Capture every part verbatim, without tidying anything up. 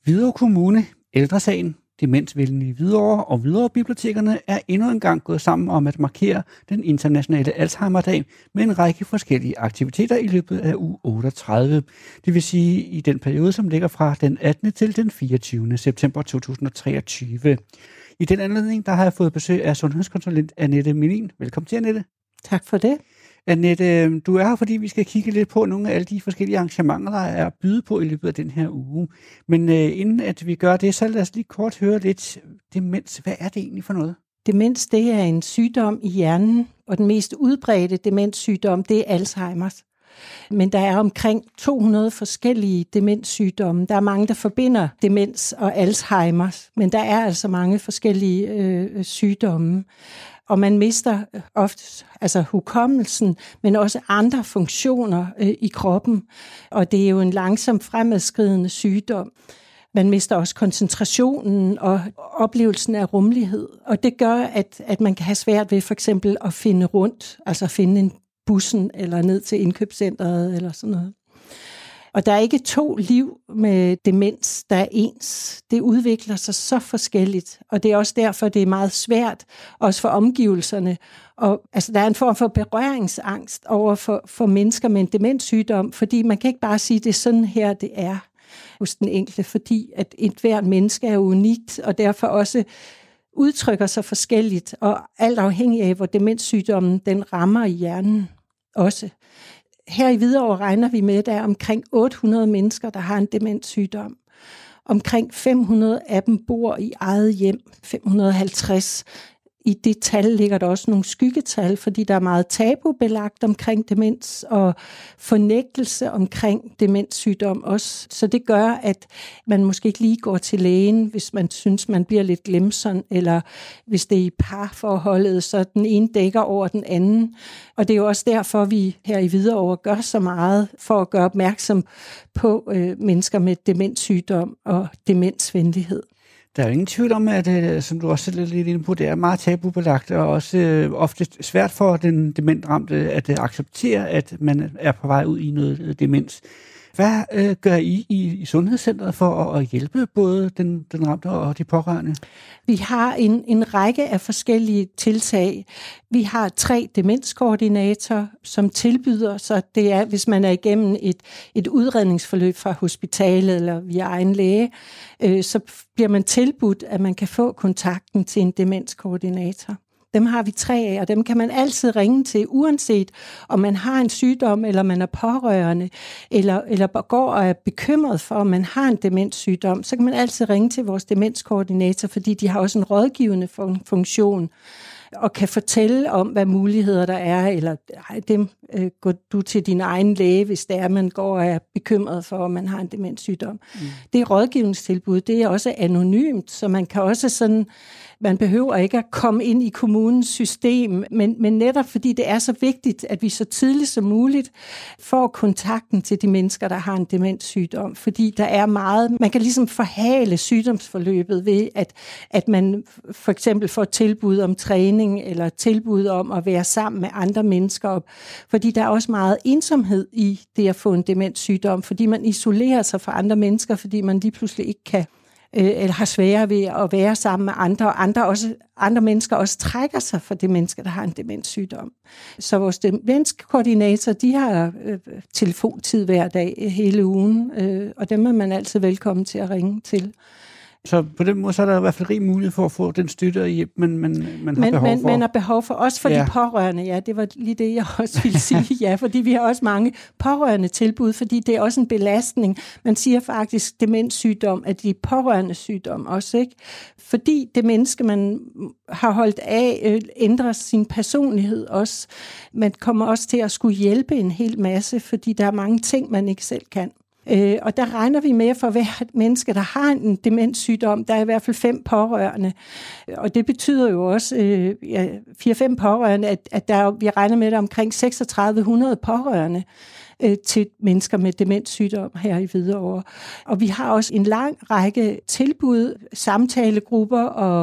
Hvidovre Kommune, Ældresagen, Demensvenlige Hvidovre og Hvidovre Bibliotekerne er endnu en gang gået sammen om at markere den internationale Alzheimer-dag med en række forskellige aktiviteter i løbet af uge otteogtredive. Det vil sige i den periode, som ligger fra den attende til den fireogtyvende september to tusind og treogtyve. I den anledning der har jeg fået besøg af sundhedskonsulent Annette Melin. Velkommen til, Annette. Tak for det. Annette, du er her, fordi vi skal kigge lidt på nogle af alle de forskellige arrangementer, der er at byde på i løbet af den her uge. Men øh, inden at vi gør det, så lad os lige kort høre lidt demens. Hvad er det egentlig for noget? Demens, det er en sygdom i hjernen, og den mest udbredte demenssygdom, det er Alzheimers. Men der er omkring to hundrede forskellige demenssygdomme. Der er mange, der forbinder demens og Alzheimers, men der er altså mange forskellige øh, sygdomme. Og man mister ofte altså hukommelsen, men også andre funktioner øh, i kroppen. Og det er jo en langsomt fremadskridende sygdom. Man mister også koncentrationen og oplevelsen af rummelighed. Og det gør, at, at man kan have svært ved for eksempel at finde rundt, altså finde en bussen eller ned til indkøbscentret eller sådan noget. Og der er ikke to liv med demens, der er ens. Det udvikler sig så forskelligt, og det er også derfor, det er meget svært, også for omgivelserne. Og, altså, der er en form for berøringsangst over for, for mennesker med en demenssygdom, fordi man kan ikke bare sige, at det er sådan her, det er hos den enkelte, fordi at et hvert menneske er unikt, og derfor også udtrykker sig forskelligt, og alt afhængig af, hvor demenssygdommen den rammer i hjernen også. Her i Hvidovre regner vi med, at der er omkring otte hundrede mennesker, der har en demenssygdom. Omkring fem hundrede af dem bor i eget hjem, fem hundrede og halvtreds. I det tal ligger der også nogle skyggetal, fordi der er meget tabubelagt omkring demens og fornægtelse omkring demenssygdom også. Så det gør, at man måske ikke lige går til lægen, hvis man synes, man bliver lidt glemsom, eller hvis det er i parforholdet, så den ene dækker over den anden. Og det er jo også derfor, vi her i Hvidovre gør så meget for at gøre opmærksom på øh, mennesker med demenssygdom og demensvenlighed. Der er jo ingen tvivl om, at som du også er lidt inde på, det er meget tabubelagt og også øh, ofte svært for den dementramte at øh, acceptere, at man er på vej ud i noget øh, demens. Hvad øh, gør I, I i Sundhedscentret for at, at hjælpe både den, den ramte og de pårørende? Vi har en, en række af forskellige tiltag. Vi har tre demenskoordinatorer, som tilbyder, så det er, hvis man er igennem et, et udredningsforløb fra hospitalet eller via egen læge, øh, så bliver man tilbudt, at man kan få kontakten til en demenskoordinator. Dem har vi tre af, og dem kan man altid ringe til, uanset om man har en sygdom, eller man er pårørende, eller, eller går og er bekymret for, om man har en demenssygdom. Så kan man altid ringe til vores demenskoordinator, fordi de har også en rådgivende funktion, og kan fortælle om, hvad muligheder der er, eller dem øh, går du til din egen læge, hvis det er, man går og er bekymret for, om man har en demenssygdom. Mm. Det er rådgivningstilbud, det er også anonymt, så man kan også sådan, man behøver ikke at komme ind i kommunens system, men, men netop fordi det er så vigtigt, at vi så tidligt som muligt får kontakten til de mennesker, der har en demenssygdom, fordi der er meget, man kan ligesom forhale sygdomsforløbet ved, at, at man for eksempel får tilbud om træning, eller tilbud om at være sammen med andre mennesker, fordi der er også meget ensomhed i det at få en demenssygdom, fordi man isolerer sig fra andre mennesker, fordi man lige pludselig ikke kan eller har svære ved at være sammen med andre, og andre, også, andre mennesker også trækker sig for de mennesker, der har en demenssygdom. Så vores demenskoordinator, de har øh, telefontid hver dag hele ugen, øh, og dem er man altid velkommen til at ringe til. Så på den måde så er der i hvert fald rig mulighed for at få den støtte og hjælp, man, man, man har men, behov men, for. Man har behov for, også for ja. de pårørende, ja, det var lige det, jeg også ville sige, ja, fordi vi har også mange pårørende tilbud, fordi det er også en belastning. Man siger faktisk demenssygdom, at de pårørende sygdom også, ikke? Fordi det menneske, man har holdt af, ændrer sin personlighed også. Man kommer også til at skulle hjælpe en hel masse, fordi der er mange ting, man ikke selv kan. Øh, og der regner vi med, for hver menneske, der har en demenssygdom, der er i hvert fald fem pårørende. Og det betyder jo også øh, ja, fire-fem pårørende, at, at der, vi regner med, at der er omkring tre tusind seks hundrede pårørende øh, til mennesker med demenssygdom her i Hvidovre. Og vi har også en lang række tilbud, samtalegrupper og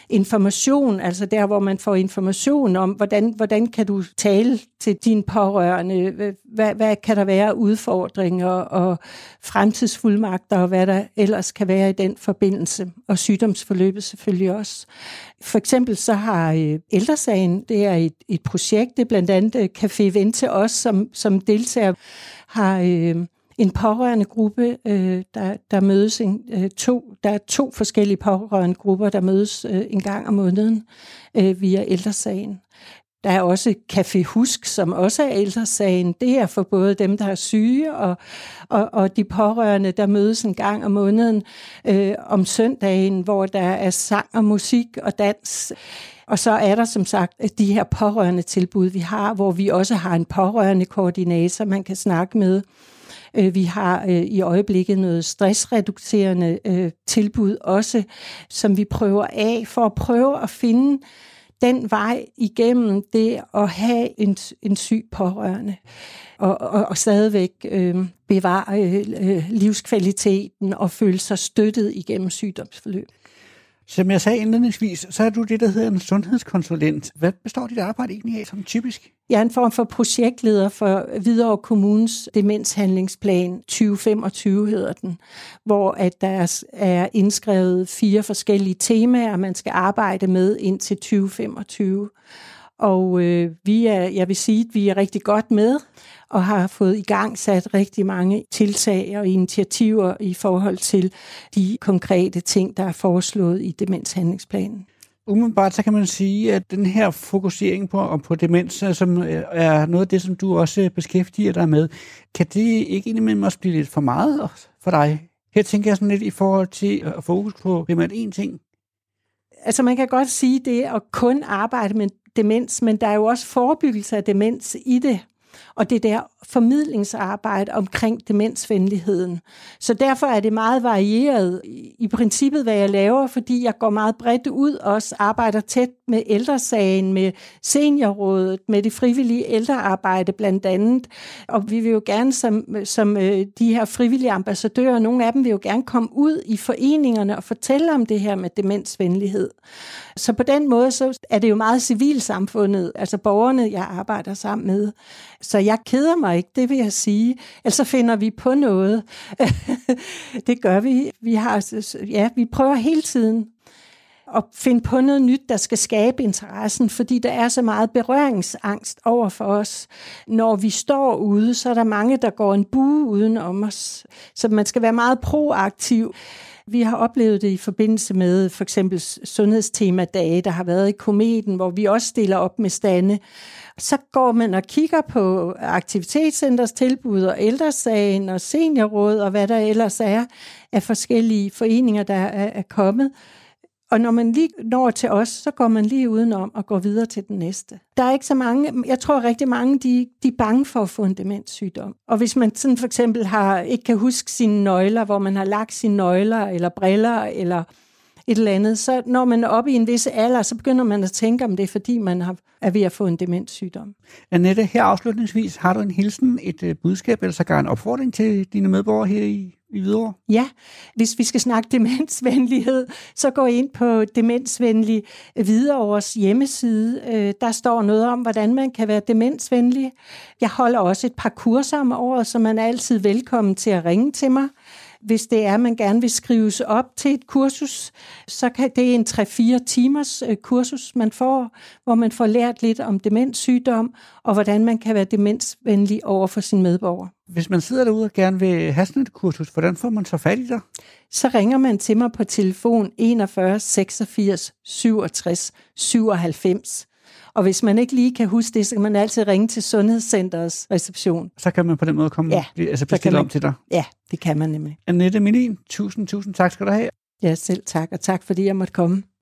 information, altså der, hvor man får information om, hvordan, hvordan kan du tale til dine pårørende, hvad, hvad kan der være af udfordringer og fremtidsfuldmagter, og hvad der ellers kan være i den forbindelse, og sygdomsforløbet selvfølgelig også. For eksempel så har Ældre Sagen, det er et, et projekt, det er blandt andet Café Vente os, som, som deltager, har øh, en pårørende gruppe, øh, der, der mødes en, øh, to, der er to forskellige pårørende grupper, der mødes øh, en gang om måneden øh, via Ældre Sagen. Der er også Café Husk, som også er Ældre Sagen. Det er for både dem, der er syge, og, og, og de pårørende, der mødes en gang om måneden øh, om søndagen, hvor der er sang og musik og dans. Og så er der som sagt de her pårørende tilbud, vi har, hvor vi også har en pårørende koordinator, man kan snakke med. Vi har i øjeblikket noget stressreducerende tilbud også, som vi prøver af for at prøve at finde den vej igennem det at have en, en syg pårørende, og, og, og stadigvæk øh, bevare øh, livskvaliteten og føle sig støttet igennem sygdomsforløb. Som jeg sagde indledningsvis, så er du det, der hedder en sundhedskonsulent. Hvad består dit arbejde egentlig af som typisk? Jeg er en form for projektleder for Hvidovre Kommunes demenshandlingsplan tyve femogtyve hedder den, hvor at der er indskrevet fire forskellige temaer, man skal arbejde med indtil tyve femogtyve. Og øh, vi er, jeg vil sige, at vi er rigtig godt med og har fået i gang sat rigtig mange tiltag og initiativer i forhold til de konkrete ting, der er foreslået i demenshandlingsplanen. Umiddelbart så kan man sige, at den her fokusering på, på demens, som er noget af det, som du også beskæftiger dig med, kan det ikke indimellem også blive lidt for meget for dig? Her tænker jeg sådan lidt i forhold til at fokus på primært én ting. Altså man kan godt sige det at kun arbejde med demens, men der er jo også forebyggelse af demens i det. Og det der formidlingsarbejde omkring demensvenligheden. Så derfor er det meget varieret i princippet, hvad jeg laver, fordi jeg går meget bredt ud, også arbejder tæt med Ældre Sagen, med Seniorrådet, med det frivillige ældrearbejde blandt andet. Og vi vil jo gerne som, som de her frivillige ambassadører, nogle af dem vil jo gerne komme ud i foreningerne og fortælle om det her med demensvenlighed. Så på den måde så er det jo meget civilsamfundet, altså borgerne, jeg arbejder sammen med. Så jeg keder mig ikke, det vil jeg sige. Ellers så finder vi på noget. Det gør vi. Vi har, ja, vi prøver hele tiden at finde på noget nyt, der skal skabe interessen, fordi der er så meget berøringsangst over for os. Når vi står ude, så er der mange, der går en bue uden om os. Så man skal være meget proaktiv. Vi har oplevet det i forbindelse med for eksempel sundhedstemadage, der har været i Kometen, hvor vi også stiller op med stande. Så går man og kigger på aktivitetscenters tilbud og Ældre Sagen og Seniorråd og hvad der ellers er af forskellige foreninger, der er kommet. Og når man lige når til os, så går man lige udenom og går videre til den næste. Der er ikke så mange, jeg tror rigtig mange, de, de er bange for at få en demenssygdom. Og hvis man sådan for eksempel har, ikke kan huske sine nøgler, hvor man har lagt sine nøgler eller briller eller et eller andet, så når man er oppe i en vis alder, så begynder man at tænke om det, fordi man har, er ved at få en demenssygdom. Annette, her afslutningsvis, har du en hilsen, et uh, budskab eller sågar en opfordring til dine medborgere her i, i Hvidovre? Ja, hvis vi skal snakke demensvenlighed, så gå ind på Demensvenlig Hvidovres hjemmeside. Uh, der står noget om, hvordan man kan være demensvenlig. Jeg holder også et par kurser om året, så man er altid velkommen til at ringe til mig. Hvis det er, at man gerne vil skrives op til et kursus, så kan det en tre fire timers kursus, man får, hvor man får lært lidt om demenssygdom, og hvordan man kan være demensvenlig over for sine medborgere. Hvis man sidder derude og gerne vil have sådan et kursus, hvordan får man så fat i dig? Så ringer man til mig på telefon enogfyrre seksogfirs syvogtres syvoghalvfems. Og hvis man ikke lige kan huske det, så kan man altid ringe til Sundhedscenterets reception. Så kan man på den måde komme ja, altså bestille om til dig? Ja, det kan man nemlig. Annette Melin, tusind, tusind tak skal du have. Ja, selv tak, og tak fordi jeg måtte komme.